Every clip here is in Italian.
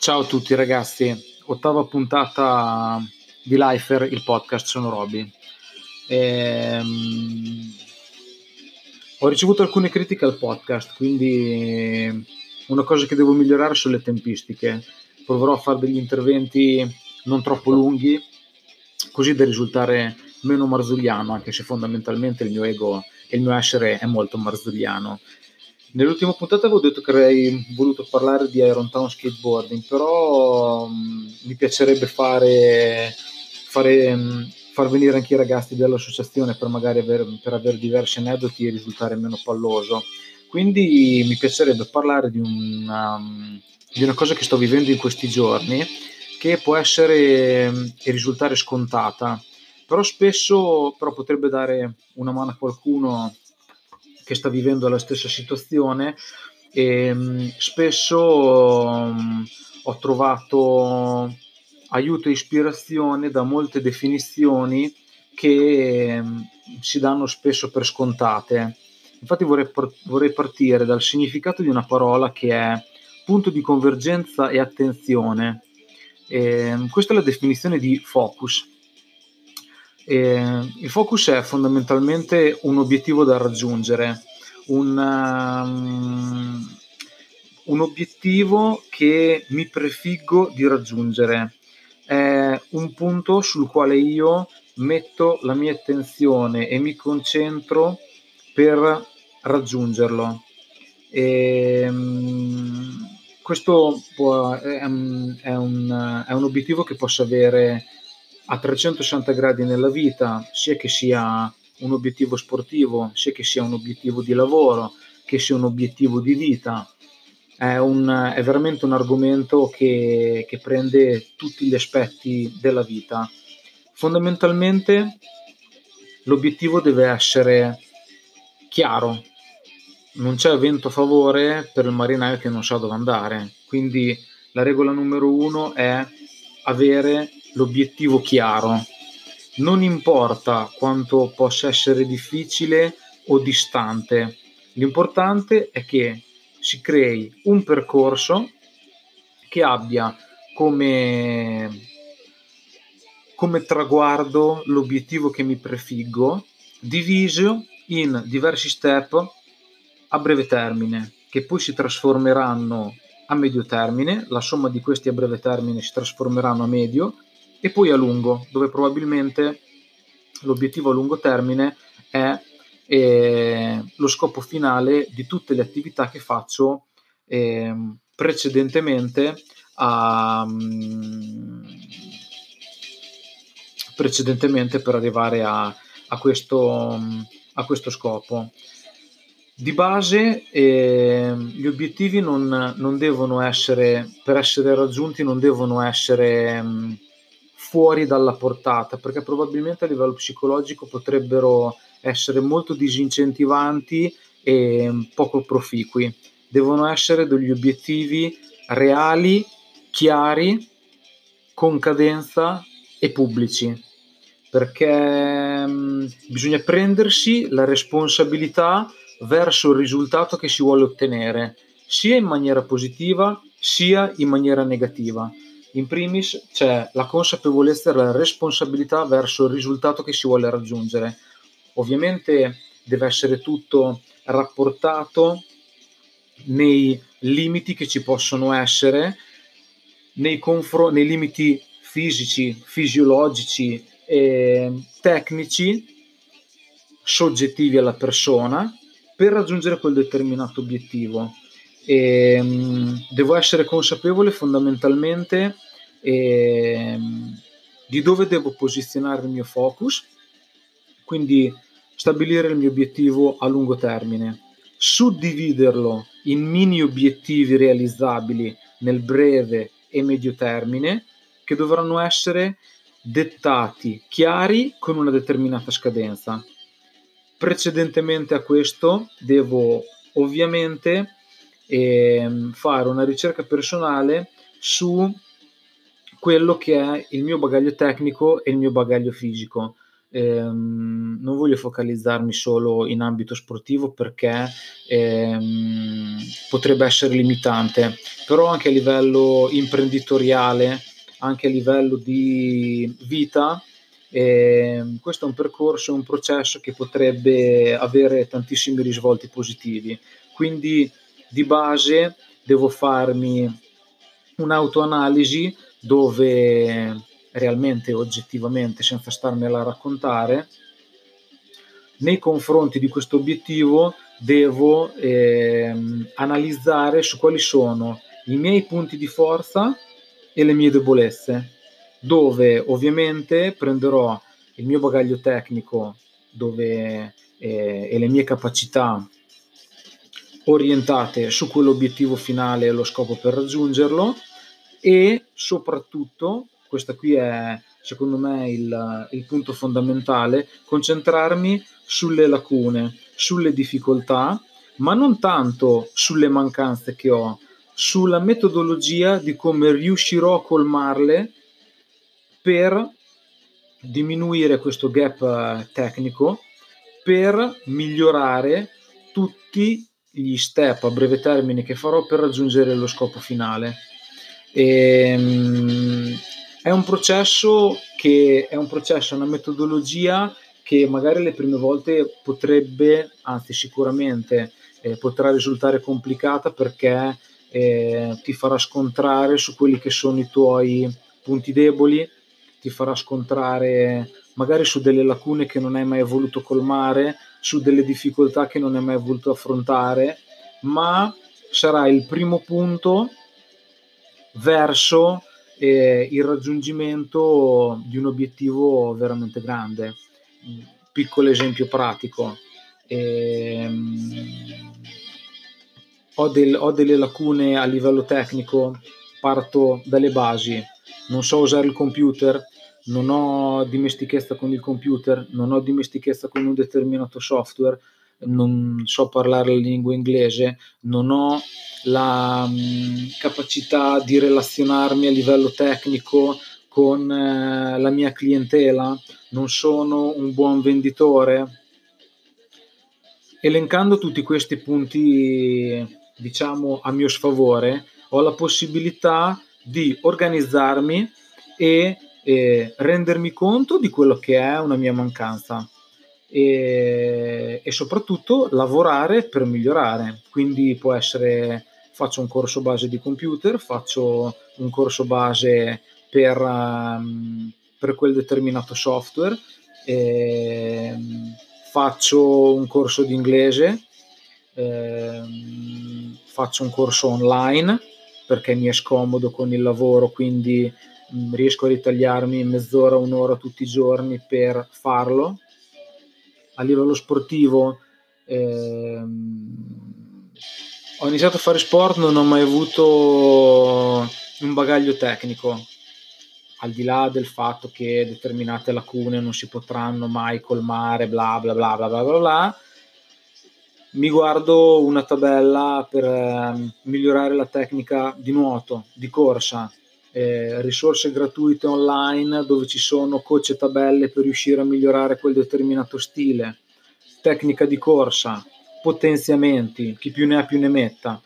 Ciao a tutti ragazzi, ottava puntata di Lifer, il podcast, sono Roby. Ho ricevuto alcune critiche al podcast, quindi una cosa che devo migliorare sono le tempistiche. Proverò a fare degli interventi non troppo lunghi, così da risultare meno marzulliano, anche se fondamentalmente il mio ego e il mio essere è molto marzulliano. Nell'ultima puntata avevo detto che avrei voluto parlare di Irontown skateboarding, però mi piacerebbe far venire anche i ragazzi dell'associazione per magari per avere diversi aneddoti e risultare meno palloso. Quindi mi piacerebbe parlare di una cosa che sto vivendo in questi giorni, che può essere e risultare scontata, però spesso potrebbe dare una mano a qualcuno che sta vivendo la stessa situazione e spesso ho trovato aiuto e ispirazione da molte definizioni che si danno spesso per scontate. Infatti vorrei partire dal significato di una parola che è punto di convergenza e attenzione. Questa è la definizione di focus. Il focus è fondamentalmente un obiettivo da raggiungere, un obiettivo che mi prefiggo di raggiungere, è un punto sul quale io metto la mia attenzione e mi concentro per raggiungerlo. Questo è un obiettivo che posso avere a 360 gradi nella vita, sia che sia un obiettivo sportivo, sia che sia un obiettivo di lavoro, che sia un obiettivo di vita. È veramente un argomento che prende tutti gli aspetti della vita. Fondamentalmente l'obiettivo deve essere chiaro. Non c'è vento a favore per il marinaio che non sa dove andare, quindi la regola numero 1 è avere l'obiettivo chiaro. Non importa quanto possa essere difficile o distante, l'importante è che si crei un percorso che abbia come traguardo l'obiettivo che mi prefiggo, diviso in diversi step a breve termine, che poi si trasformeranno a medio termine, la somma di questi a breve termine si trasformeranno a medio, e poi a lungo, dove probabilmente l'obiettivo a lungo termine è lo scopo finale di tutte le attività che faccio precedentemente per arrivare a questo scopo. Di base gli obiettivi non devono essere, per essere raggiunti, non devono essere fuori dalla portata, perché probabilmente a livello psicologico potrebbero essere molto disincentivanti e poco proficui. Devono essere degli obiettivi reali, chiari, con cadenza e pubblici, perché bisogna prendersi la responsabilità verso il risultato che si vuole ottenere, sia in maniera positiva sia in maniera negativa. In primis c'è la consapevolezza e la responsabilità verso il risultato che si vuole raggiungere. Ovviamente deve essere tutto rapportato nei limiti che ci possono essere, nei limiti fisici, fisiologici e tecnici soggettivi alla persona per raggiungere quel determinato obiettivo. Devo essere consapevole fondamentalmente di dove devo posizionare il mio focus, quindi stabilire il mio obiettivo a lungo termine, suddividerlo in mini obiettivi realizzabili nel breve e medio termine, che dovranno essere dettati, chiari, con una determinata scadenza. Precedentemente a questo devo ovviamente fare una ricerca personale su quello che è il mio bagaglio tecnico e il mio bagaglio fisico. non voglio focalizzarmi solo in ambito sportivo perché potrebbe essere limitante, però anche a livello imprenditoriale, anche a livello di vita, questo è un percorso, un processo che potrebbe avere tantissimi risvolti positivi. Quindi di base devo farmi un'autoanalisi dove realmente, oggettivamente, senza starmela a raccontare, nei confronti di questo obiettivo devo analizzare su quali sono i miei punti di forza e le mie debolezze, dove ovviamente prenderò il mio bagaglio tecnico e le mie capacità orientate su quell'obiettivo finale e lo scopo per raggiungerlo, e soprattutto, questo qui è secondo me il punto fondamentale, concentrarmi sulle lacune, sulle difficoltà, ma non tanto sulle mancanze che ho, sulla metodologia di come riuscirò a colmarle per diminuire questo gap tecnico, per migliorare tutti gli step a breve termine che farò per raggiungere lo scopo finale. È un processo una metodologia che magari le prime volte potrebbe, anzi sicuramente potrà risultare complicata, perché ti farà scontrare su quelli che sono i tuoi punti deboli, ti farà scontrare magari su delle lacune che non hai mai voluto colmare, su delle difficoltà che non hai mai voluto affrontare, ma sarà il primo punto verso il raggiungimento di un obiettivo veramente grande. Piccolo esempio pratico: ho delle lacune a livello tecnico, parto dalle basi, non so usare il computer, non ho dimestichezza con il computer, non ho dimestichezza con un determinato software, non so parlare la lingua inglese, non ho la capacità di relazionarmi a livello tecnico con la mia clientela, non sono un buon venditore. Elencando tutti questi punti, diciamo, a mio sfavore, ho la possibilità di organizzarmi e rendermi conto di quello che è una mia mancanza e soprattutto lavorare per migliorare. Quindi può essere: faccio un corso base di computer, faccio un corso base per quel determinato software, faccio un corso di inglese, faccio un corso online perché mi è scomodo con il lavoro, quindi riesco a ritagliarmi mezz'ora, un'ora tutti i giorni per farlo. A livello sportivo ho iniziato a fare sport, non ho mai avuto un bagaglio tecnico, al di là del fatto che determinate lacune non si potranno mai colmare, bla bla bla bla bla bla bla. Mi guardo una tabella per migliorare la tecnica di nuoto, di corsa, risorse gratuite online dove ci sono coach e tabelle per riuscire a migliorare quel determinato stile, tecnica di corsa, potenziamenti, chi più ne ha più ne metta.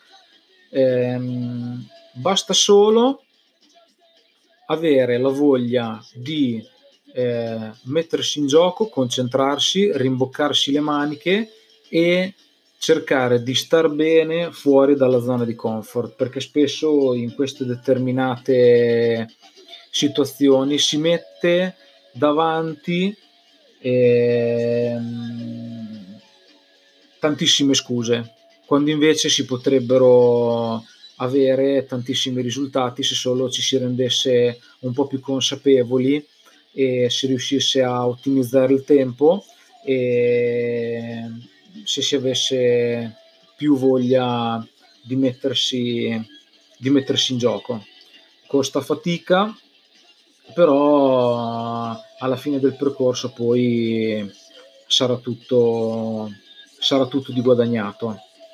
Basta solo avere la voglia di mettersi in gioco, concentrarsi, rimboccarsi le maniche e cercare di star bene fuori dalla zona di comfort, perché spesso in queste determinate situazioni si mette davanti tantissime scuse, quando invece si potrebbero avere tantissimi risultati se solo ci si rendesse un po' più consapevoli e si riuscisse a ottimizzare il tempo e se si avesse più voglia di mettersi in gioco. Costa fatica, però alla fine del percorso poi sarà tutto di guadagnato.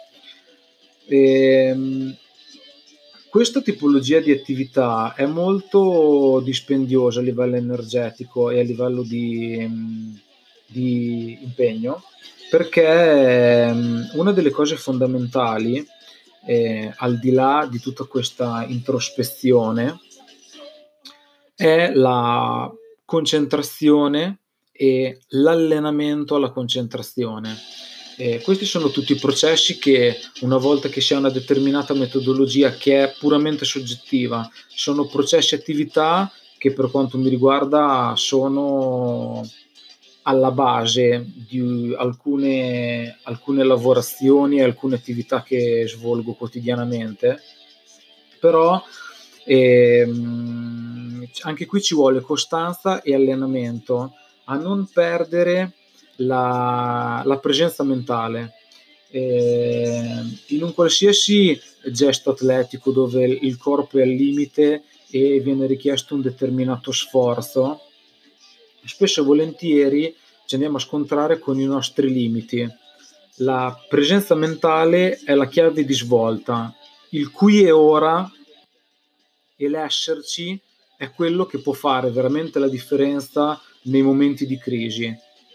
Questa tipologia di attività è molto dispendiosa a livello energetico e a livello di di impegno, perché una delle cose fondamentali, al di là di tutta questa introspezione, è la concentrazione e l'allenamento alla concentrazione. Questi sono tutti processi che, una volta che si ha una determinata metodologia che è puramente soggettiva, sono processi e attività che per quanto mi riguarda sono alla base di alcune lavorazioni e alcune attività che svolgo quotidianamente, però anche qui ci vuole costanza e allenamento a non perdere la presenza mentale. In un qualsiasi gesto atletico dove il corpo è al limite e viene richiesto un determinato sforzo, spesso e volentieri ci andiamo a scontrare con i nostri limiti. La presenza mentale è la chiave di svolta. Il qui e ora e l'esserci è quello che può fare veramente la differenza nei momenti di crisi.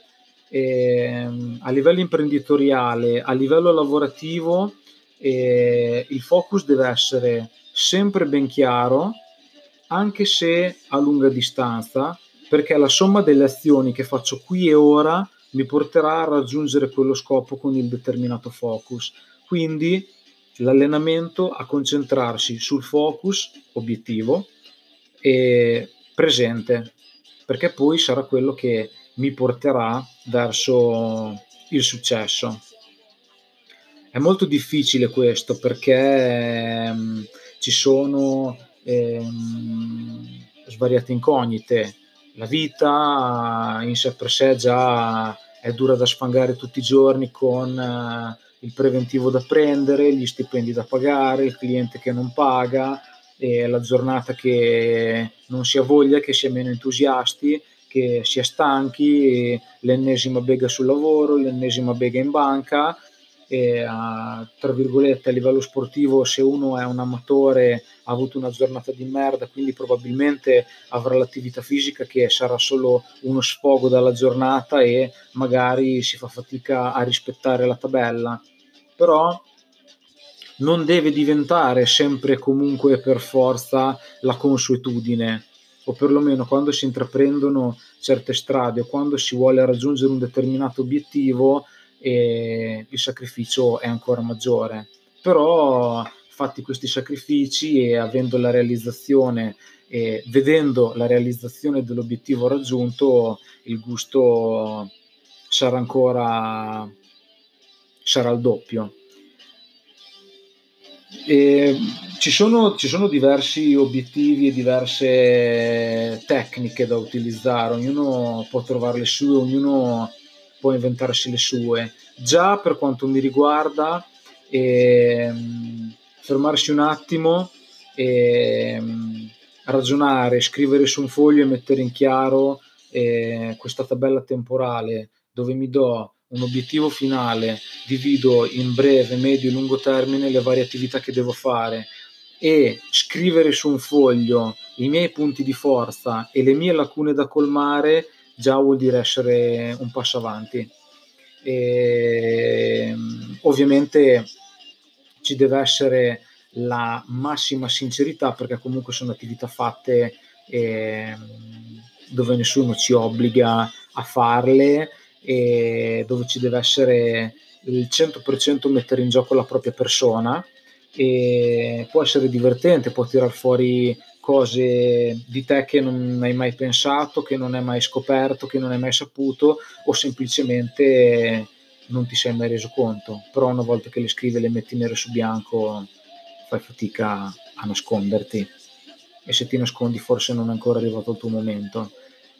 A livello imprenditoriale, a livello lavorativo, il focus deve essere sempre ben chiaro, anche se a lunga distanza, perché la somma delle azioni che faccio qui e ora mi porterà a raggiungere quello scopo con il determinato focus. Quindi l'allenamento a concentrarsi sul focus obiettivo e presente, perché poi sarà quello che mi porterà verso il successo. È molto difficile questo perché ci sono svariate incognite. La vita in sé per sé già è dura da sfangare tutti i giorni con il preventivo da prendere, gli stipendi da pagare, il cliente che non paga, la giornata che non si ha voglia, che si è meno entusiasti, che si è stanchi, l'ennesima bega sul lavoro, l'ennesima bega in banca. Tra virgolette, a livello sportivo, se uno è un amatore, ha avuto una giornata di merda, quindi probabilmente avrà l'attività fisica che sarà solo uno sfogo dalla giornata e magari si fa fatica a rispettare la tabella, però non deve diventare sempre e comunque per forza la consuetudine, o perlomeno quando si intraprendono certe strade o quando si vuole raggiungere un determinato obiettivo, il sacrificio è ancora maggiore. Però fatti questi sacrifici e avendo la realizzazione e vedendo la realizzazione dell'obiettivo raggiunto, il gusto sarà il doppio. E ci sono diversi obiettivi e diverse tecniche da utilizzare, ognuno può trovare le sue, ognuno può inventarsi le sue. Già per quanto mi riguarda, fermarsi un attimo e ragionare, scrivere su un foglio e mettere in chiaro questa tabella temporale dove mi do un obiettivo finale, divido in breve, medio e lungo termine le varie attività che devo fare e scrivere su un foglio i miei punti di forza e le mie lacune da colmare già vuol dire essere un passo avanti. Ovviamente ci deve essere la massima sincerità perché comunque sono attività fatte dove nessuno ci obbliga a farle e dove ci deve essere il 100% mettere in gioco la propria persona, e può essere divertente, può tirar fuori cose di te che non hai mai pensato, che non hai mai scoperto, che non hai mai saputo o semplicemente non ti sei mai reso conto, però una volta che le scrivi e le metti nero su bianco fai fatica a nasconderti e se ti nascondi forse non è ancora arrivato il tuo momento.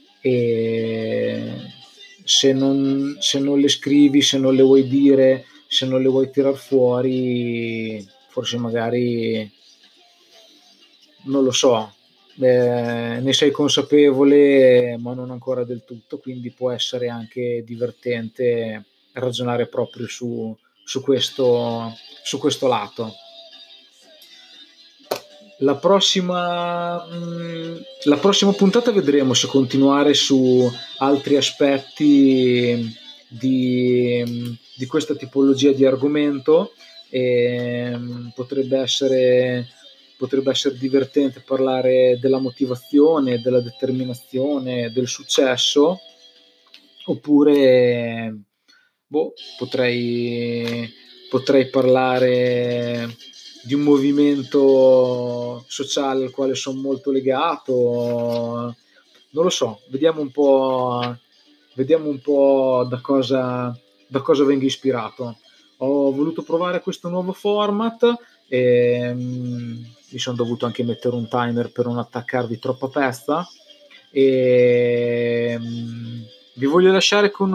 E se non le scrivi, se non le vuoi dire, se non le vuoi tirar fuori, forse magari non lo so, ne sei consapevole ma non ancora del tutto, quindi può essere anche divertente ragionare proprio su questo lato. La prossima puntata vedremo se continuare su altri aspetti di questa tipologia di argomento. E potrebbe essere divertente parlare della motivazione, della determinazione, del successo, oppure potrei parlare di un movimento sociale al quale sono molto legato. Non lo so, vediamo un po' da cosa vengo ispirato. Ho voluto provare questo nuovo format e mi sono dovuto anche mettere un timer per non attaccarvi troppa pezza. E vi voglio lasciare con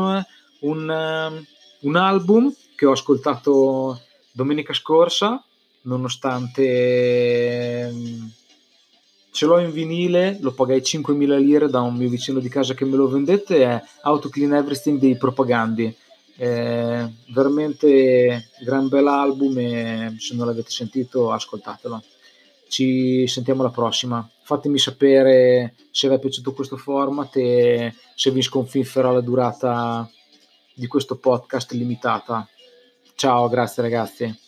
un album che ho ascoltato domenica scorsa, nonostante ce l'ho in vinile, lo pagai 5.000 lire da un mio vicino di casa che me lo vendette, è How to Clean Everything dei Propagandi. Veramente gran bel album, e se non l'avete sentito ascoltatelo. Ci sentiamo alla prossima, fatemi sapere se vi è piaciuto questo format e se vi sconfifferà la durata di questo podcast limitata. Ciao, grazie ragazzi.